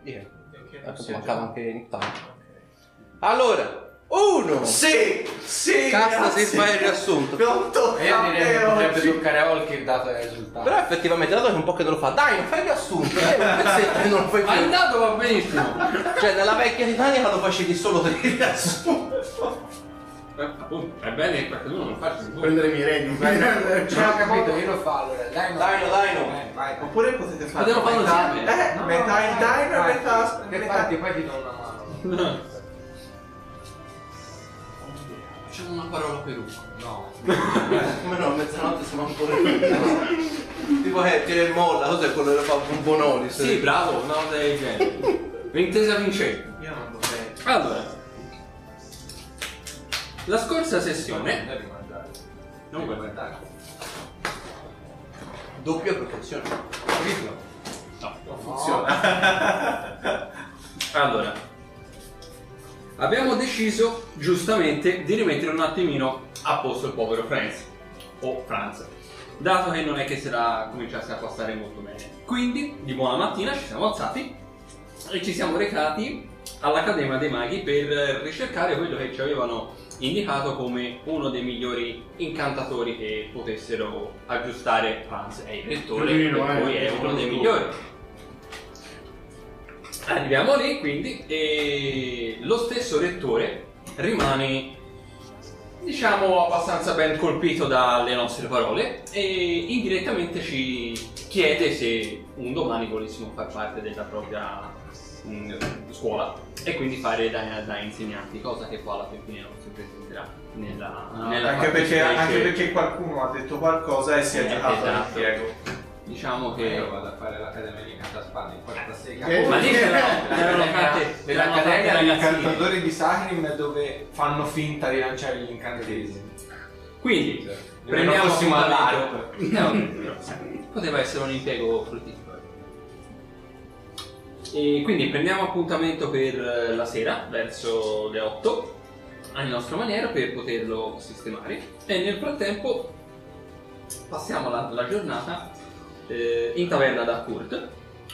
Appunto mancava anche Nick Time. Allora, 1! Sì! Casta si fa il riassunto. Pronto? Io direi che potrebbe toccare a Olkir dato il risultato. Però effettivamente dato che un po' che non lo fa, dai, non fai il riassunto, un pezzetto che non lo fai più. Andato va benissimo. Cioè nella vecchia Titanica lo facevi solo per il riassunto. Appunto, è bene perché tu non lo faccio. Prendere i miei reni. Non ho capito, io lo fa allora. Dai, Dai, vai. Oppure potete fare Potevo farlo metà, insieme. No, metà il diner, vai. metà. Che parti, poi ti do una mano. Facciamo una parola per uno. No. Come no, a mezzanotte siamo ancora tipo tira e molla, cos'è quello che fa un bonoli? Sì, bravo, una cosa del genere. Intesa vincente. Io non dovrei. Allora, la scorsa sessione. Non puoi guardare. Doppia protezione. No. Non funziona. Allora, abbiamo deciso giustamente di rimettere un attimino a posto il povero Franz o Franz, dato che non è che se la cominciasse a passare molto bene. Quindi, di buona mattina ci siamo alzati e ci siamo recati all'Accademia dei Maghi per ricercare quello che ci avevano indicato come uno dei migliori incantatori che potessero aggiustare Franz. È il rettore, per cui è uno dei migliori. Arriviamo lì quindi e lo stesso rettore rimane, diciamo, abbastanza ben colpito dalle nostre parole e indirettamente ci chiede se un domani volessimo far parte della propria scuola e quindi fare da insegnanti, cosa che poi alla fine non si presenterà nella Anche perché qualcuno ha detto qualcosa e si è giocato esatto. l'impiego. Diciamo che Io vado a fare l'accademia di Cantaspade in quarta sega. ma lì c'erano fatte Nell'accademia degli ragazzini. incantatori di Sahrim dove fanno finta di lanciare gli incantesimi. Quindi Prendiamo prendiamo all'ARP. poteva essere un impiego fruttifero. E quindi prendiamo appuntamento per la sera verso le 8 al nostro maniero per poterlo sistemare e nel frattempo passiamo la giornata in taverna da Kurt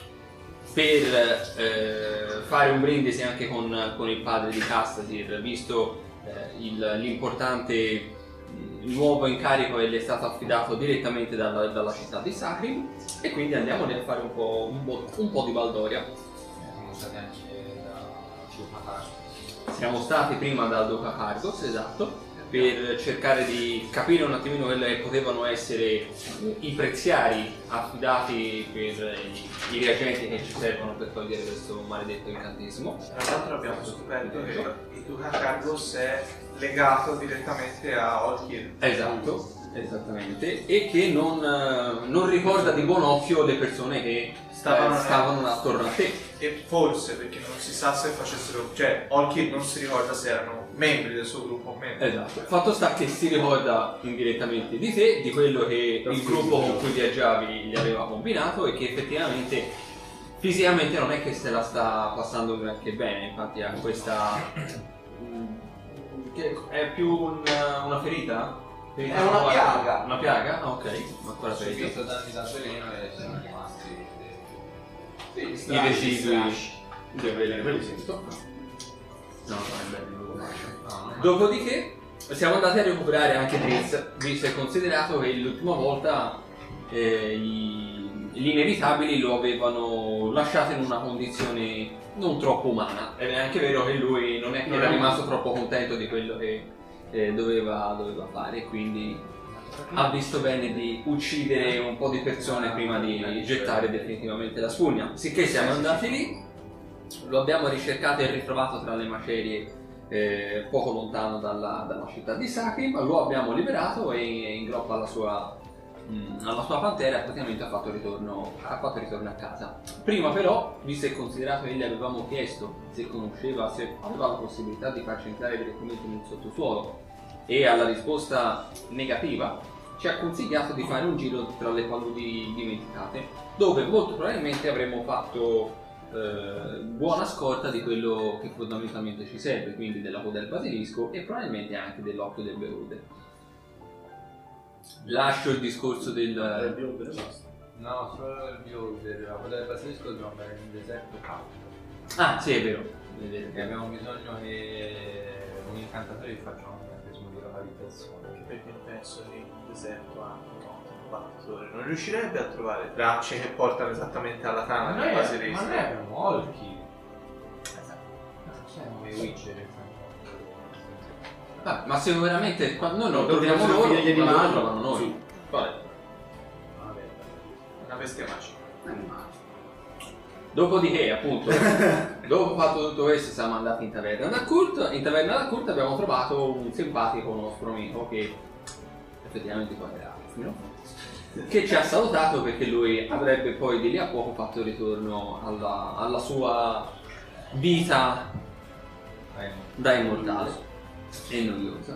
per fare un brindisi anche con il padre di Castasir, visto l'importante nuovo incarico che gli è stato affidato direttamente dalla città di Sacrim e quindi andiamo lì a fare un po' di baldoria. Siamo stati anche da Ciumatar. Siamo stati prima da Duca Cargos, esatto, per cercare di capire un attimino quelli che potevano essere i preziari affidati per i reagenti che ci servono per togliere questo maledetto incantesimo. Tra l'altro abbiamo scoperto che il Duca Cargos è legato direttamente a Olkir. Esatto, esattamente, e che non ricorda di buon occhio le persone che stavano attorno a te. E forse perché non si sa se facessero, cioè Olkir non si ricorda se erano membri del suo gruppo o meno. Esatto. Fatto sta che si ricorda indirettamente di te, di quello che il gruppo con cui viaggiavi gli aveva combinato e che effettivamente fisicamente non è che se la sta passando granché bene, infatti ha questa che è più una ferita? È una piaga. Una piaga? Ah, ok, ancora Ho ferita. subito danni da veleno e sono rimasti I residui del veleno. Quelli sento. No, è bello. Dopodiché siamo andati a recuperare anche Drizzt, visto e considerato che l'ultima volta gli inevitabili lo avevano lasciato in una condizione non troppo umana. È anche vero che lui non è che era rimasto troppo contento di quello che doveva fare, quindi ha visto bene di uccidere un po' di persone prima di gettare definitivamente la spugna. Sicché siamo andati lì, lo abbiamo ricercato e ritrovato tra le macerie poco lontano dalla città di Sacrim, lo abbiamo liberato e in groppa alla sua pantera praticamente ha fatto ritorno a casa. Prima però, visto e considerato che gli avevamo chiesto se conosceva, se aveva la possibilità di farci entrare direttamente nel sottosuolo e alla risposta negativa, ci ha consigliato di fare un giro tra le paludi dimenticate, dove molto probabilmente avremmo fatto buona scorta di quello che fondamentalmente ci serve, quindi della coda del basilisco e probabilmente anche dell'occhio del beholder. Lascio il discorso del No, solo il beholder, la coda del basilisco dobbiamo andare in un deserto caldo. Ah, sì, è vero. Vedete che abbiamo bisogno che un incantatore vi faccia un incantesimo di localizzazione. Anche perché penso che in deserto hanno un ottimo battatore. Non riuscirebbe a trovare tracce che portano esattamente alla tana Ma di noi Basilisk. abbiamo Olki. Siamo i Witcher. Ah, ma se veramente quando noi non Dobbiamo troviamo loro, finire gli ma loro animali. trovano noi. Sì. Vabbè. Una bestia magica. Dopodiché, appunto, dopo fatto tutto questo, siamo andati in taverna da Kurt. In taverna da Kurt abbiamo trovato un simpatico nostro amico che effettivamente poi era Alfino, che ci ha salutato perché lui avrebbe poi di lì a poco fatto ritorno alla sua vita da immortale e noiosa.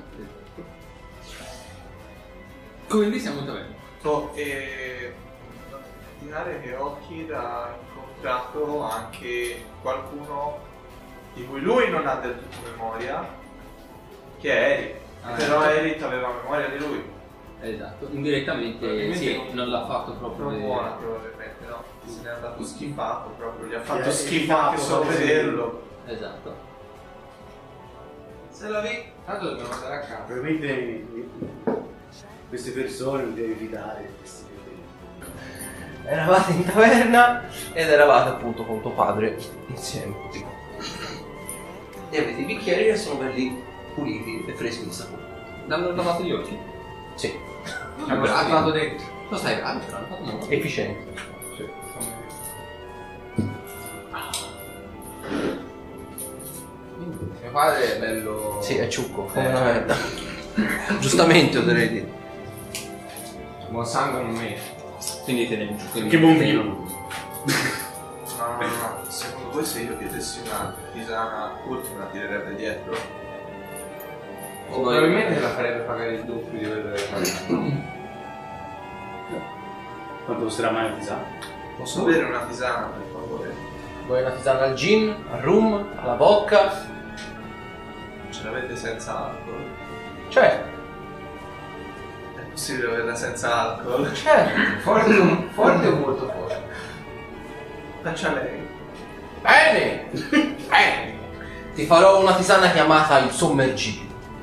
Quindi siamo in taverna. E immaginare che Okid ha incontrato anche qualcuno di cui lui non ha del tutto memoria, che è Erit. Però Erit aveva memoria di lui. Esatto, indirettamente Probabilmente sì, non- non l'ha fatto proprio Non vedere. buona probabilmente, no? Se ne è andato schifato proprio, gli ha fatto È schifo anche schifato, solo sì. vederlo. Esatto. Se la vi... Tanto dobbiamo andare a casa. Probabilmente queste persone non devi fidare. Eravate in taverna ed eravate appunto con tuo padre insieme. E avete i bicchieri che sono belli puliti e freschi di sapore. L'hanno lavato gli occhi? Sì, Hanno bravi. stato dentro. Lo sai, bravi, l'hanno fatto molto. efficienti. Mio padre è bello. Sì, è ciucco, come una merda. Giustamente oserei dire. Buon sangue non me. Quindi te ne giù. Che buon vino. Ma secondo voi se io chiedessi una tisana a Kurt me la tirerebbe dietro? O probabilmente la farebbe pagare il doppio di quello che pagare. Quanto costerà mai un disagio? Posso avere una tisana per favore? Vuoi una tisana al gin, al rum, alla vodka? Ce l'avete senza alcol? Certo, È possibile averla senza alcol? certo. Forte o molto forte? Faccia lei. Bene! Bene! Ti farò una tisana chiamata il sommergibile.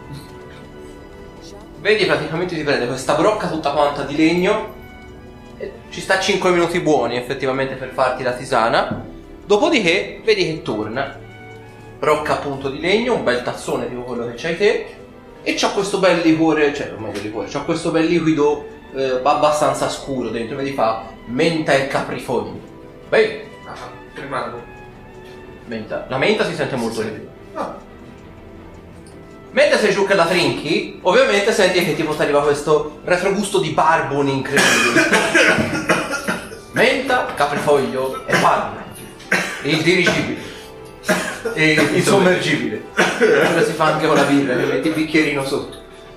Vedi, praticamente ti prende questa brocca tutta quanta di legno e ci sta 5 minuti buoni effettivamente per farti la tisana. Dopodiché vedi che torna. Brocca appunto di legno, un bel tazzone tipo quello che c'hai te. E c'ha questo bel liquore, cioè non meglio liquore, c'ha questo bel liquido abbastanza scuro dentro, vedi fa menta e caprifoglio. Bene, Ah, rimando. menta. La menta si sente molto di più. Ah, Mentre sei giù che la trinchi, ovviamente senti che tipo ti arriva questo retrogusto di barbone incredibile. Menta, caprifoglio e barbone. Il dirigibile. E il sommergibile. Come si fa anche con la birra, che metti il bicchierino sotto.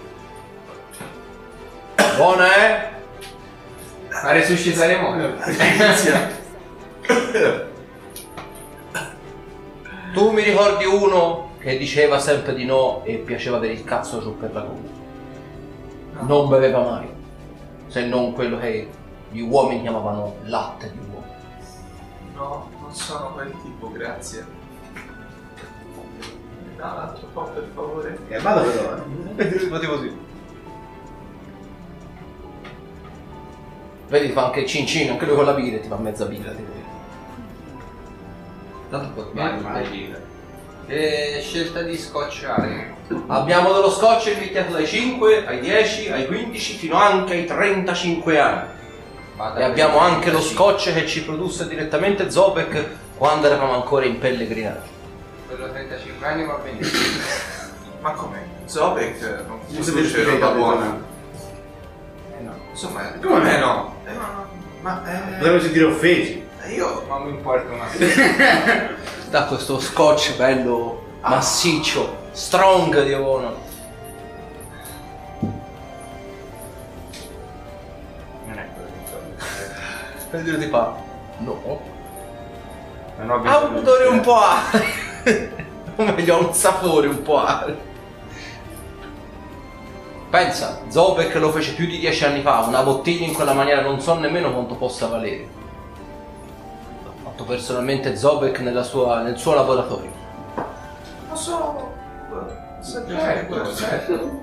Buona, eh? Ma resusciteremo. inizia. Tu mi ricordi uno che diceva sempre di no e piaceva avere il cazzo giù per la gola. Non beveva mai, se non quello che gli uomini chiamavano latte di uomo. No, non sono quel tipo, grazie. Mi dà un altro po' per favore. Vado però, Tipo sì. Vedi, fa anche cin cin, anche lui con la birra ti fa mezza birra. Tanto poi Vai, vai, vai. vai. Scelta di scotchare. Abbiamo dello scotch invecchiato dai 5 ai 10 ai 15 fino anche ai 35 anni. E abbiamo anche lo scotch che ci produsse direttamente Zopek quando eravamo ancora in pellegrinaggio. Quello 35 anni va benissimo. Ma com'è? Zobek non Non produce roba buona. No. Insomma, Come no? Ma Potremmo sentire offesi. io Ma mi importa una Da questo scotch bello massiccio, strong di buono. non è quello che Per dire ti fa. No. non ho Ha un odore un po' acre. O meglio, ha un sapore un po' acre. Pensa, Zopek lo fece più di 10 anni fa, una bottiglia in quella maniera non so nemmeno quanto possa valere. fatto personalmente Zobek nel suo laboratorio. Posso assaggiare questo?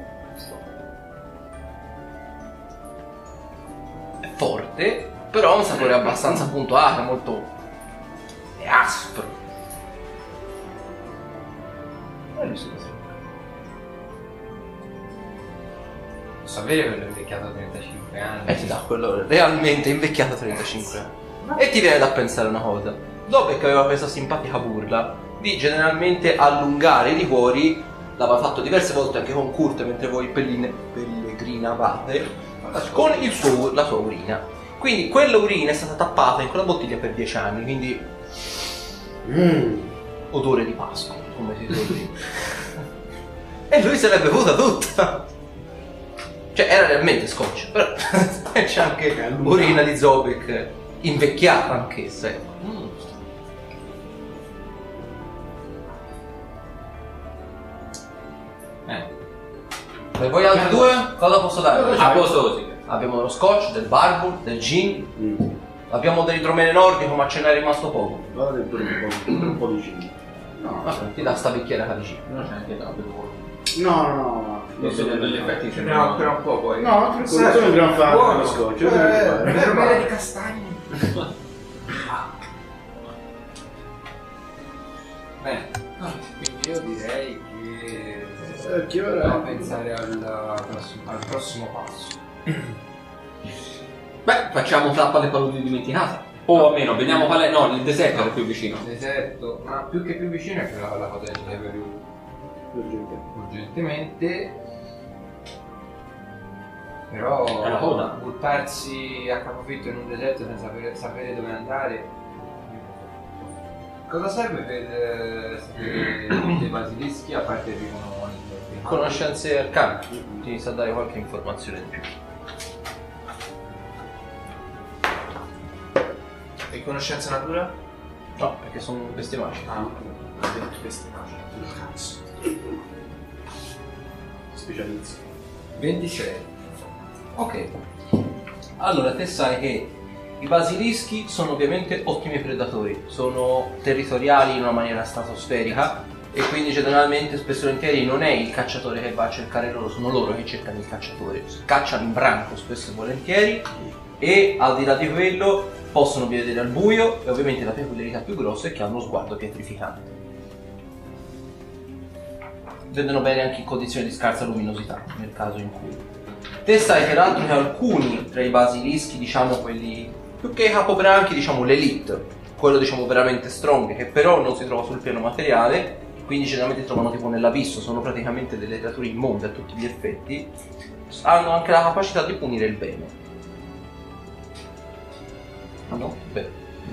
È forte, però ha un sapore abbastanza puntuale, molto... è aspro. Sapere quello è invecchiato a 35 anni. Ti dà quello realmente invecchiato a 35 anni. E ti viene da pensare una cosa. Dobek aveva questa simpatica burla di generalmente allungare i liquori, l'aveva fatto diverse volte anche con Kurt mentre voi pellegrinavate, con la sua urina. Quindi quella urina è stata tappata in quella bottiglia per 10 anni, quindi odore di Pasqua, come si dice dire. E lui se l'è bevuta tutta. Cioè era realmente scotch, però c'è anche urina di Zobek invecchiata anch'essa. Per voi altri due cosa posso dare? A posto così. Abbiamo dello scotch, del barbul, del gin, abbiamo dell'idromele nordico ma ce n'è rimasto poco. Guarda pure un po' di cibo. No, vabbè, ti dà sta bicchiera di gin. Non c'è anche da bevuto. No. Negli effetti ce No, per un po' poi. No, tranquillo, sono un gran fan di scotch. Idromele di castagni. Bene, quindi io direi che dobbiamo pensare al prossimo passo. Beh, facciamo tappa alle paludi dimenticate. O almeno, vediamo qual è. No, il deserto era più vicino. Il deserto, ma più che più vicino è quella cosa che deve più urgentemente. Però È la coda. buttarsi a capofitto in un deserto senza sapere dove andare. Cosa serve per sapere dei basilischi a parte il riconoscimento? Conoscenze arcane, ti sa dare qualche informazione di più. E conoscenza natura? No, perché sono bestie magiche. Ah, questi cazzo. Specializzi. 26. Ok. Allora, te sai che i basilischi sono ovviamente ottimi predatori, sono territoriali in una maniera stratosferica e quindi generalmente spesso e volentieri non è il cacciatore che va a cercare loro, sono loro che cercano il cacciatore. Cacciano in branco spesso e volentieri e al di là di quello possono vedere al buio e ovviamente la peculiarità più grossa è che hanno uno sguardo pietrificante. Vedono bene anche in condizioni di scarsa luminosità, nel caso in cui. Te sai peraltro che alcuni tra i basilischi, diciamo quelli più che i capobranchi, diciamo l'elite, quello diciamo veramente strong, che però non si trova sul piano materiale, quindi generalmente trovano tipo nell'abisso, sono praticamente delle creature immonde a tutti gli effetti, hanno anche la capacità di punire il bene. No? Beh.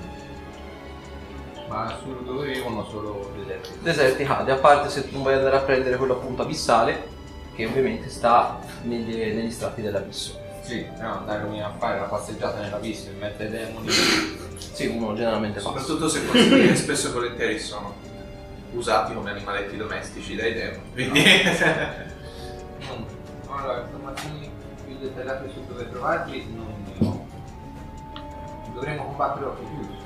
Ma su dove vivono solo deserti? Deserti cade, a parte se tu non vuoi andare a prendere quello appunto abissale, che ovviamente sta negli strati dell'abisso. Sì, però andare a fare la passeggiata nell'abisso in mezzo ai demoni. Sì, uno generalmente fa. Soprattutto se consideri che spesso e volentieri sono usati come animaletti domestici dai demoni. Quindi Allora, informazioni più dettagliate su dove trovarli non ne ho. Dovremmo combattere occhio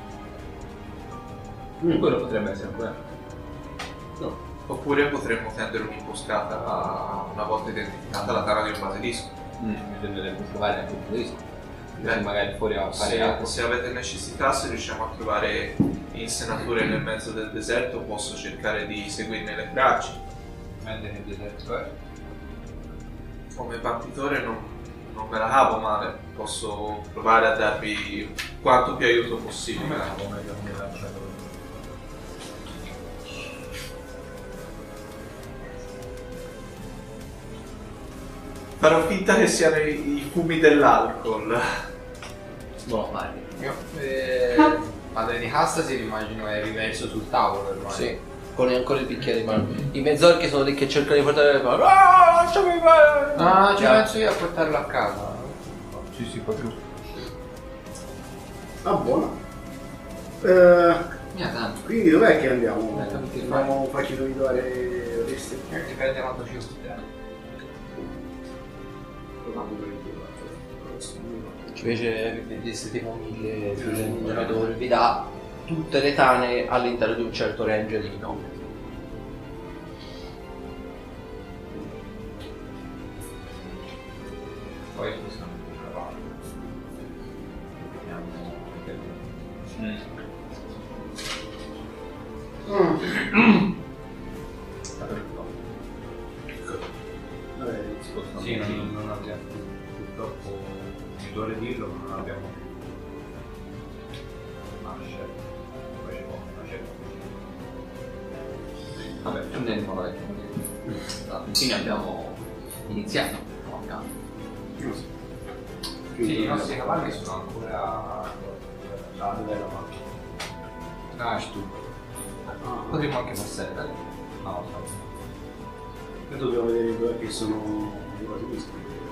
chiuso. Quello potrebbe essere un problema. no. Oppure potremmo tendere un'imboscata una volta identificata la tana di un basilisco. Bisognerebbe trovare anche un disco. Magari fuori a fare acqua. Se avete necessità, se riusciamo a trovare insenature nel mezzo del deserto, posso cercare di seguirne le tracce. Vendere il deserto è. Come partitore non me la cavo male, posso provare a darvi quanto più aiuto possibile. Farò finta che siano i fumi dell'alcol. Buono fare. Io padre di Hastasir immagino è riverso sul tavolo ormai. Sì, con ancora il bicchiere in mano. I mezzorchi sono lì che cercano di portare le parole. Ah, lasciami fare! Ah, ci penso io a portarlo a casa. Sì, sì, proprio. Ah, buona. Tanto. Quindi dov'è che andiamo? Che Andiamo a farci individuare Oreste. Dipende quanto ci costerà. Invece vedesse tipo 1000 giocatori vi dà tutte le tane all'interno di un certo range di chilometri. Poi possiamo provare. Vabbè, si possono Sì, non abbiamo, purtroppo mi duole dirlo, ma non abbiamo una scelta. Poi ci può una scelta. Vabbè, prendiamo la infine abbiamo iniziato. Sì, i nostri cavalli sono ancora a livello macchina. Ah, è stupido. Potremmo anche passare da lì. No, E dobbiamo vedere dove che sono arrivati questi.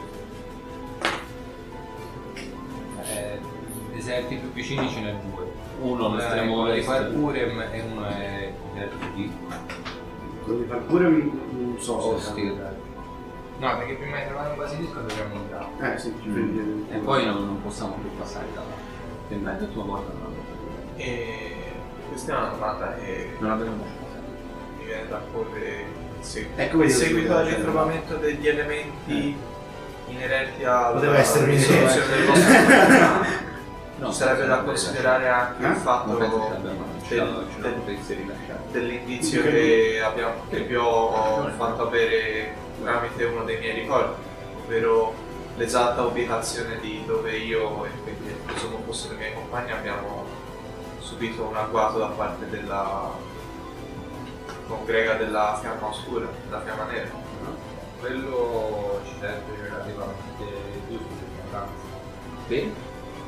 Deserti più vicini ce n'è due. Uno all'estremo Uno di est. Falpurem e uno è di Quello di far pure non so se Ostia. No, perché prima di trovare un basilisco dobbiamo andare. Sì, ci vedi. E poi non possiamo più passare da là. Che mezzo tua volta non abbiamo. E questa è una domanda che Non abbiamo mai passato. mi viene da porre Ecco, in vedi, seguito al vedi, ritrovamento degli elementi inerenti alla Poteva essere risoluzione del migliore. vostro problema. No, Sarebbe da considerare anche il fatto Non penso che abbiamo del- potessi rilasciare. dell'indizio che vi ho fatto avere tramite uno dei miei ricordi, ovvero l'esatta ubicazione di dove io e quindi presumo fossero i miei compagni abbiamo subito un agguato da parte della congrega della fiamma oscura, della fiamma nera. Quello ci serve relativamente giusto perché avanza. Bene.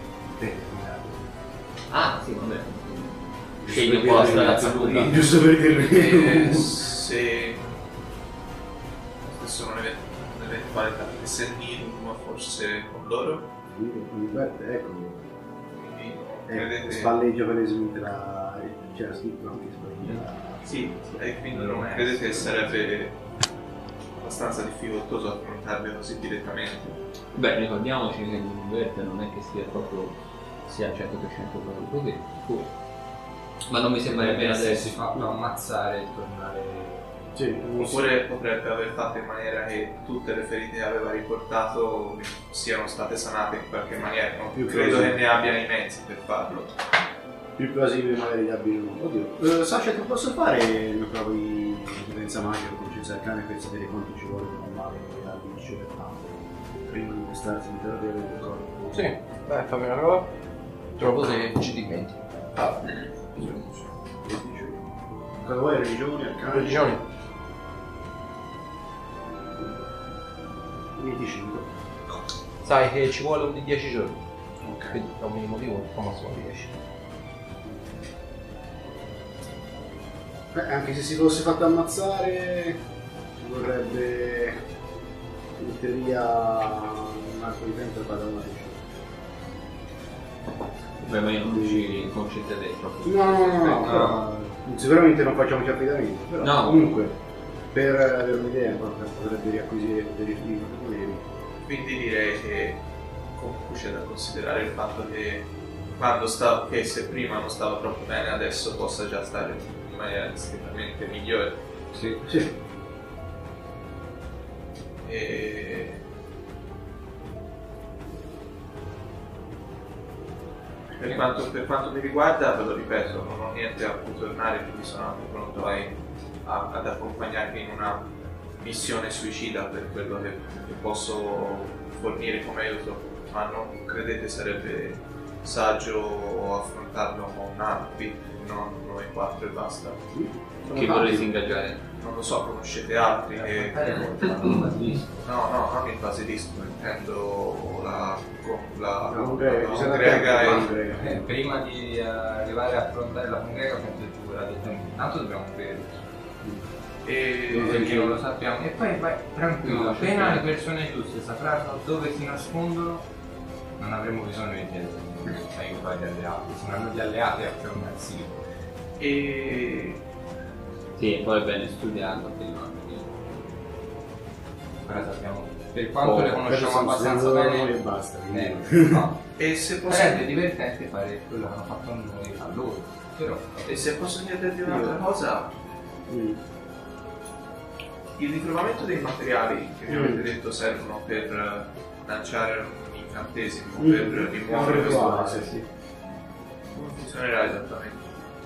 Quindi, Ah, sì, vabbè. Scegli un po' la strada più lunga. Giusto per dirlo. Se sono un'eventualità che se Nilum fosse con loro, Ecco. quindi credete... Spalleggio per esempio tra... C'era scritto anche spalleggio. Sì, e quindi non credete che sarebbe abbastanza difficoltoso affrontarli così direttamente? Beh, ricordiamoci che il verde non è che sia 100% proprio poteri, ma non mi sembrerebbe essersi adesso. fatto ammazzare e tornare. Sì, Oppure potrebbe aver fatto in maniera che tutte le ferite che aveva riportato siano state sanate in qualche maniera. Non Più credo così. che ne abbia i mezzi per farlo. più plausibile magari gli abbiano. Oddio. Sasha, che posso fare il provo di potenza magica con Cesar Cane per sapere quanto ci vuole per male all'inizio per tanto. Prima di testarsi di terra del corpo. Sì, dai, fammi una roba. Trovo se ci dimentichi. Ah, Cosa vuoi? Religione, arcane? religioni. 25. Sai che ci vuole un di 10 giorni. Ok. Quindi da un minimo di 1, un massimo di 10. Beh, anche se si fosse fatto ammazzare, ci vorrebbe in teoria un arco di tempo per una decina. Beh, ma io non ci concentrerei proprio. No, però sicuramente non facciamoci affidamento, però No. comunque per avere un'idea potrebbe riacquisire poteri di poteri. Quindi direi che comunque c'è da considerare il fatto che che se prima non stava troppo bene adesso possa già stare in maniera discretamente migliore. Sì. E... Per quanto mi riguarda, ve lo ripeto, non ho niente a cui tornare, quindi sono anche pronto ad accompagnarvi in una missione suicida per quello che posso fornire come aiuto, ma non credete sarebbe saggio affrontarlo con altri, non noi quattro e basta. Chi vorresti ingaggiare? Non lo so, conoscete altri che... No, non il basilisco, intendo la congrega e... Prima di arrivare a affrontare la congrega, ha detto intanto dobbiamo credere. Perché non lo sappiamo. E poi vai tranquillo, appena le persone giuste sapranno dove si nascondono, non avremo bisogno di aiutare gli alleati, saranno gli alleati a affermarsi. E... Sì, poi è bene studiarlo prima. Ora sappiamo Per quanto le conosciamo abbastanza bene e basta. no. E se posso, Sarebbe divertente fare quello che hanno fatto a noi a loro. Però e se posso chiederti un'altra cosa, il ritrovamento dei materiali che mi avete detto servono per lanciare un incantesimo, per rimuovere questo. Sì. Come funzionerà esattamente?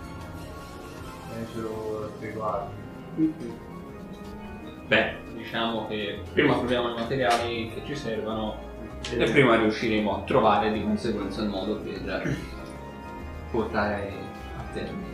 ce lo spiegare. Beh, diciamo che prima proviamo i materiali che ci servono e prima riusciremo a trovare di conseguenza il modo per portare a termine.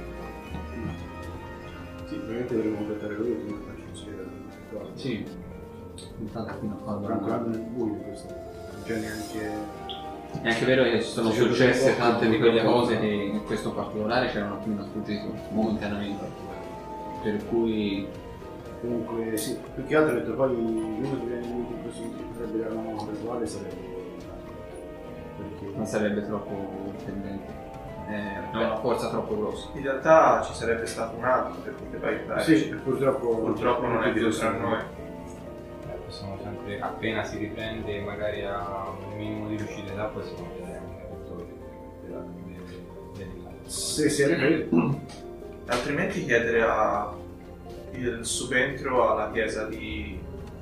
Sì, ovviamente dovremmo completare lui, quindi faccio insieme. Sì, intanto fino a quando Ancora nel buio questo. Non c'è neanche... È anche vero che sono successe tante di quelle cose che in questo particolare c'erano più sfuggito momentaneamente. Per cui Comunque sì, più che altro ho detto poi l'uno che viene in così potrebbe dare una mossa virtuale sarebbe... Perché... non sarebbe troppo tendente. È una forza troppo grossa. In realtà ci sarebbe stato un altro che poteva aiutarci. Sì, purtroppo non è più tra noi. Possiamo sempre, appena si riprende, magari a un minimo di lucidità, possiamo vedere un evento. Se si riprende... Altrimenti chiedere il subentro alla chiesa di...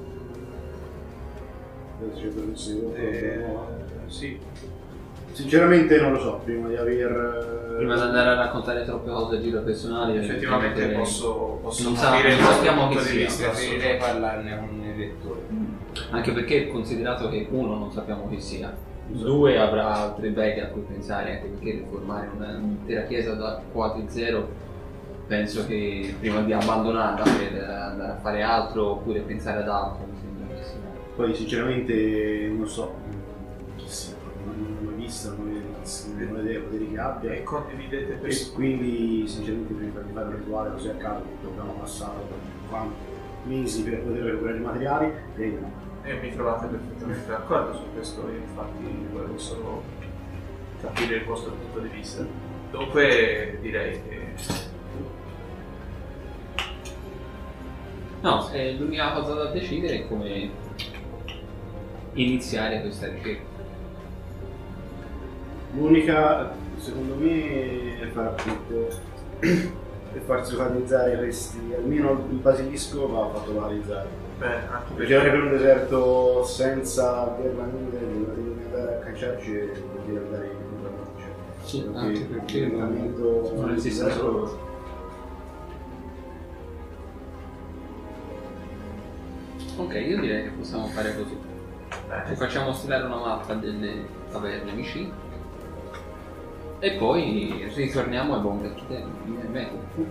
sì. Sinceramente non lo so, prima di aver... Prima di andare a raccontare troppe cose a giro personali, Effettivamente posso non capire il sappiamo punto chi di sia. vista. Preferirei parlarne con il lettore. Anche perché considerato che uno non sappiamo chi sia, due avrà altre beghe a cui pensare, anche perché riformare un'intera chiesa da quasi zero, penso che prima di abbandonarla per andare a fare altro oppure pensare ad altro, mi sembra che sia. Poi sinceramente non so chi sia, non l'ho mai vista, non ho idea dei poteri che abbia. E condividete E questo. quindi sinceramente prima di fare un rituale così a caso dobbiamo passare quanti mesi per poter recuperare i materiali e no. E mi trovate perfettamente d'accordo su questo, io infatti volevo solo capire il vostro punto di vista. Dunque direi che... No, l'unica cosa da decidere è come iniziare questa ricerca. L'unica, secondo me, è fare appunto e farsi localizzare questi, almeno il basilisco va fatto localizzare. Beh, anche Perché anche perché... per un deserto senza averla nuda devi andare a cacciarci e vuol dire andare in una noce. Sì, anche perché il momento non esiste solo. Ok, io direi che possiamo fare così. Ci facciamo stilare una mappa delle taverne vicine e poi ritorniamo ai buon vecchi tempi.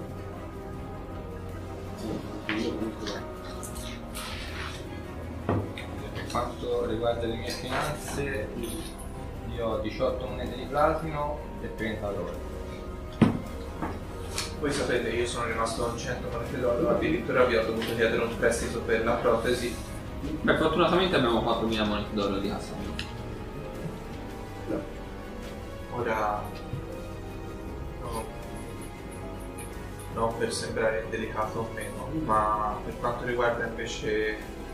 Per quanto riguarda le mie finanze, io ho 18 monete di platino e 30 d'oro. Voi sapete, io sono rimasto con 100 monete d'oro, addirittura vi ho dovuto chiedere un prestito per la protesi. Beh, fortunatamente abbiamo 4.000 monete d'oro di cassa. Ora, non per sembrare indelicato o meno, ma per quanto riguarda invece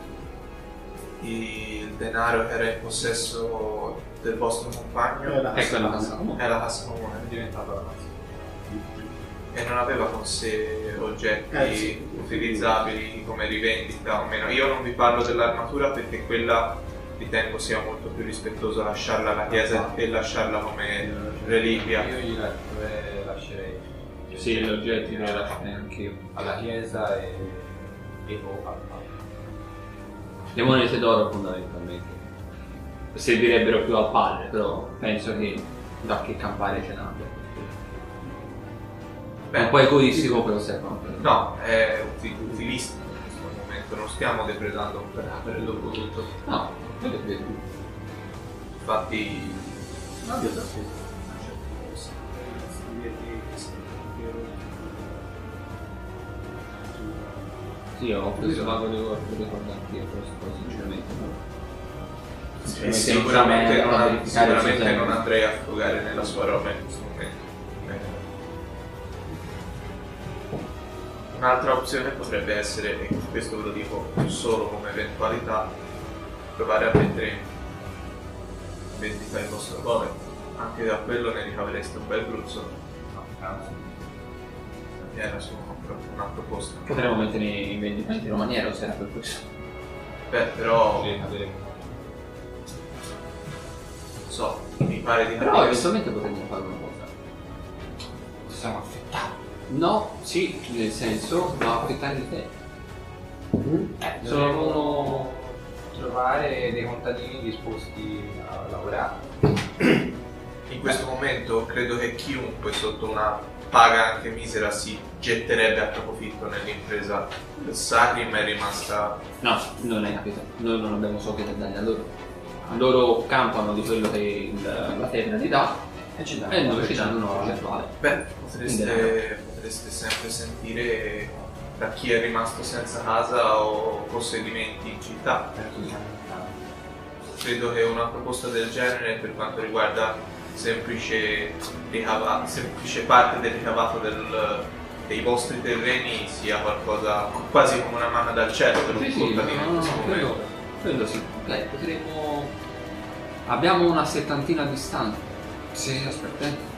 il denaro che era in possesso del vostro compagno, Ecco la cassa comune. è la cassa comune, È diventata la casa. e non aveva con sé oggetti Sì. utilizzabili come rivendita o meno. Io non vi parlo dell'armatura perché quella ritengo sia molto più rispettoso lasciarla alla chiesa e lasciarla come reliquia. Io gli lascerei. Sì, gli oggetti li lascerei anch'io. Alla chiesa e al Le monete d'oro fondamentalmente servirebbero più al padre, però penso che da che campare ce n'abbia. Ma poi egoistico però servono. No, è utilissimo in questo momento, non stiamo depredando un cadavere dopo tutto. No, quello è vero. Infatti, Sì, ho questo vago ricordo anch'io questo, poi sinceramente. sicuramente, non non, verificare il sicuramente sistema. non andrei a frugare nella sua roba in questo momento. Un'altra opzione potrebbe essere, e questo ve lo dico solo come eventualità, provare a mettere in vendita il vostro cover. Anche da quello ne ricavereste un bel bruzzo. No, anzi. Era su una proposta. Potremmo mettere in vendita in maniera o se era per questo. Beh, però Sì, vedremo. non so, mi pare di Però capire. eventualmente potremmo fare una cosa. Possiamo affettare. No, sì, nel senso, ma affettare di te. Dovremmo trovare dei contadini disposti a lavorare. In questo momento credo che chiunque sotto una paga anche misera si getterebbe a capofitto nell'impresa. Sacrim è rimasta. No, non hai capito. Noi non abbiamo soldi per darli a loro. Loro campano di quello che la terra gli dà e noi ci danno una percentuale. Beh, potreste sempre sentire da chi è rimasto senza casa o possedimenti in città. Credo che una proposta del genere, per quanto riguarda semplice parte del ricavato dei vostri terreni, sia qualcosa quasi come una manna dal cielo per un contadino in questo momento. Quello sì. Dai, potremmo... Abbiamo una settantina di stanze. Sì, aspetta.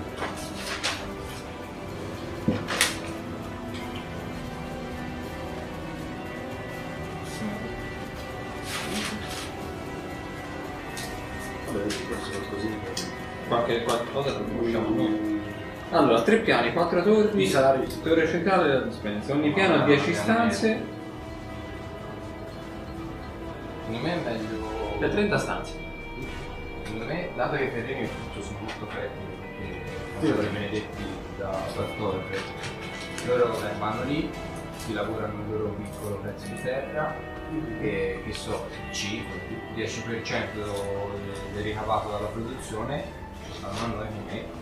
Vabbè, questo è così. Qualche cosa che conosciamo noi. Allora, 3 piani, 4 torri, I salari. torre centrale e la dispensa. Ogni piano ha 10 stanze Secondo me è meglio. per 30 stanze. Secondo me, dato che i terreni tutto sono molto freddi, perché sono stati benedetti da torre, loro vanno lì, si lavorano il loro piccolo pezzo di terra, che so, il 10% del ricavato dalla produzione ci stanno a noi come.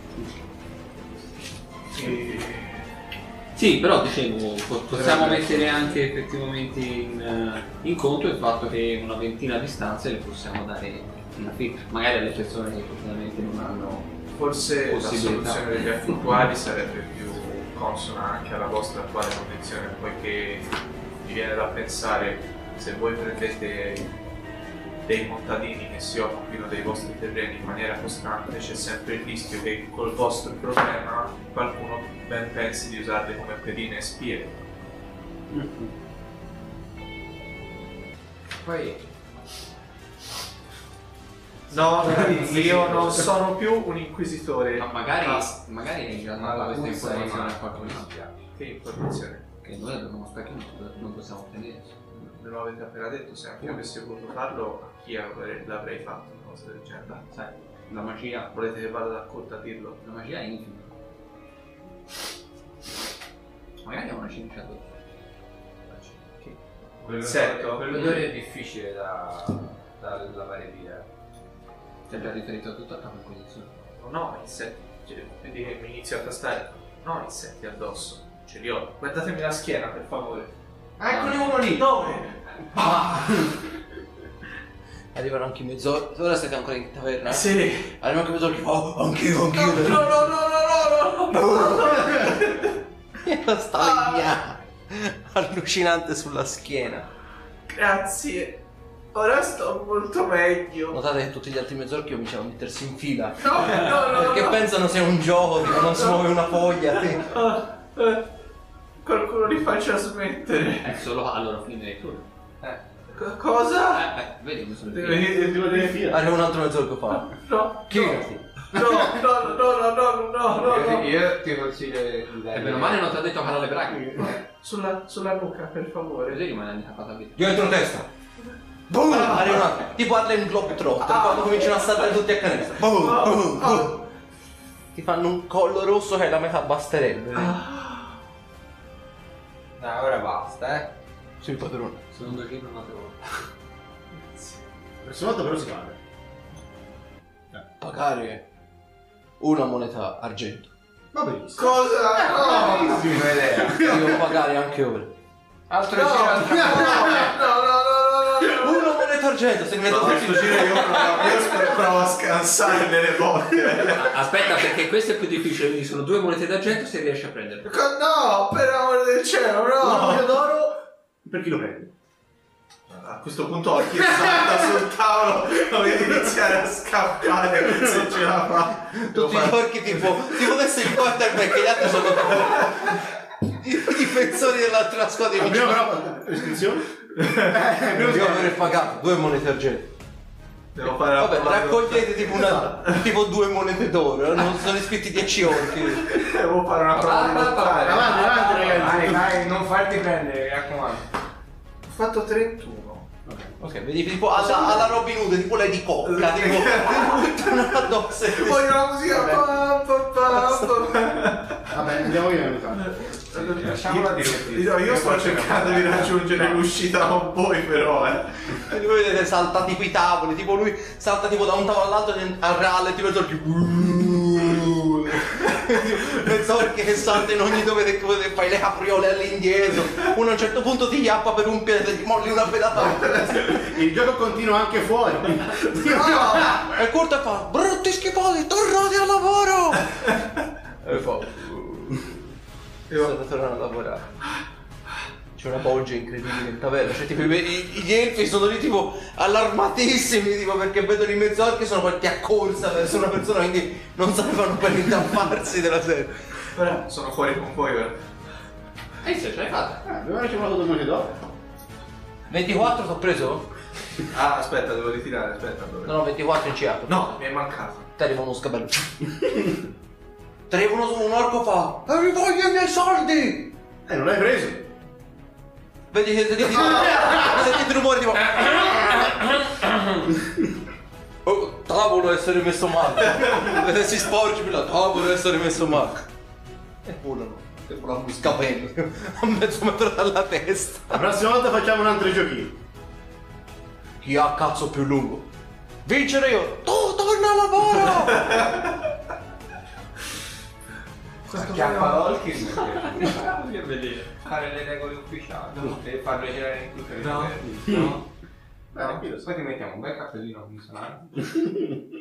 Sì, però dicevo, possiamo mettere anche effettivamente in conto il fatto che una ventina di stanze le possiamo dare in affitto, magari alle persone che effettivamente non hanno. Forse la Possibilità. soluzione degli affittuari sarebbe più consona anche alla vostra attuale condizione, poiché mi viene da pensare, se voi prendete dei contadini che si occupino dei vostri terreni in maniera costante, c'è sempre il rischio che col vostro problema qualcuno ben pensi di usarli come pedine e spie. Poi No, Ragazzi, io sì, non sì. sono più un inquisitore. Ma magari hai già dato questa informazione a qualcuno. Che informazione? Che noi abbiamo uno specchio che non possiamo ottenere. Me lo avete appena detto, se anche io avessi voluto farlo, a chi l'avrei fatto una cosa del genere? Sai, la magia Volete che vada da corte a dirlo? è infinita. Magari è una scienziatura. Quello è difficile da lavare via. Ti ha già riferito tutto a capo inquisizione. Non ho insetti, cioè, vedi che mi inizio a tastare. Non ho insetti addosso, ce li ho. Guardatemi la schiena, per favore. Eccone uno lì! Dove? Arrivano anche i mezz'ora. Ora siete ancora in taverna? Sì. Arrivano anche i mezz'ora. Oh, anch'io. No. Sta linea allucinante sulla schiena. Grazie. Ora sto molto meglio. Notate che tutti gli altri mezz'orchi cominciano a mettersi in fila. No. Perché pensano sia un gioco, tipo non si muove una foglia. Qualcuno li faccia smettere. Solo allora fine del turno. Cosa? Vedi come sono Deve fila. Arriva un altro mezz'orco fa. No. Chinati. No. Io ti consiglio di dare. E meno male non ti ha detto parole braghe. Sulla nuca, per favore. Così rimane handicappato a vita. Dietro testa. Boom! Arriva un altro. Tipo Harlem Globetrotter quando cominciano a saltare tutti a canestro. Boom! Ti fanno un collo rosso che è la metà basterebbe. Dai, ora basta, Sul padrone. Secondo giro una volta. La prossima volta però si paga. Pagare una moneta argento. Va benissimo. Cosa? Bellissima idea. Devo pagare anche ora. Altro No. giro, altra Una moneta argento, se mi metto Questo giro io provo a scansare nelle botte. Aspetta, perché questo è più difficile, quindi sono 2 monete d'argento se riesci a prenderle. No, per amore del cielo, Una no. moneta d'oro per chi lo prende. questo punto Orchi salta sul tavolo, lo vedi iniziare a scappare se ce la fa. Tutti gli orchi tipo adesso il quarterback e gli altri sono i difensori dell'altra squadra. Abbiamo però iscrizioni? Devo aver pagato 2 monete argento. Devo fare la Vabbè, prova raccogliete tipo 2 monete d'oro, non sono iscritti 10 orchi. Devo fare una prova di lottare. Avanti, ragazzi. Vai, non farti prendere, mi raccomando. Ho fatto 31. Ok, vedi tipo alla Robin Hood, tipo lei di cocca, tipo buttano addosso. Voglio la musica. Vabbè, andiamo via. Lasciamola Io sto cercando di raggiungere l'uscita con voi, però E voi vedete salta tipo i tavoli, tipo lui salta tipo da un tavolo all'altro al reale, tipo mezz'orchi che salta in ogni dove fai le capriole all'indietro. Uno a un certo punto ti chiappa per un piede, ti molli una pedata. Il gioco continua anche fuori. E Kurt fa: brutti schifosi, tornate al lavoro! E fa: sto tornando a lavorare. C'è una bolgia incredibile in taverna, cioè tipo gli elfi sono lì tipo allarmatissimi, tipo perché vedono i mezz'orchi sono parti a corsa verso una persona, quindi non sapevano per intaffarsi della serie. però sono fuori con voi, vero? E se ce l'hai fatta? Abbiamo ricevuto 2 monete d'oro. 24 t'ho preso? Ah, aspetta, devo ritirare, aspetta. No, 24 in CA. No, mi è mancato. Ti arriva uno scabello. Ti arriva un orco fa: mi voglio i miei soldi! Non l'hai preso. Vedi che sentite il rumore tipo oh, tavolo essere messo male. Se si sporge la tavolo essere messo male. E volano, che volano gli scapelli a mezzo metro dalla testa. La prossima volta facciamo un altro giochino. Chi ha cazzo più lungo? Vincere io! Tu torna a lavoro! Chiappa Olkin Che vedere. fare le regole ufficiali e farle girare in tutte le No. taverna. No. Beh, poi ti mettiamo un bel cappellino funzionale.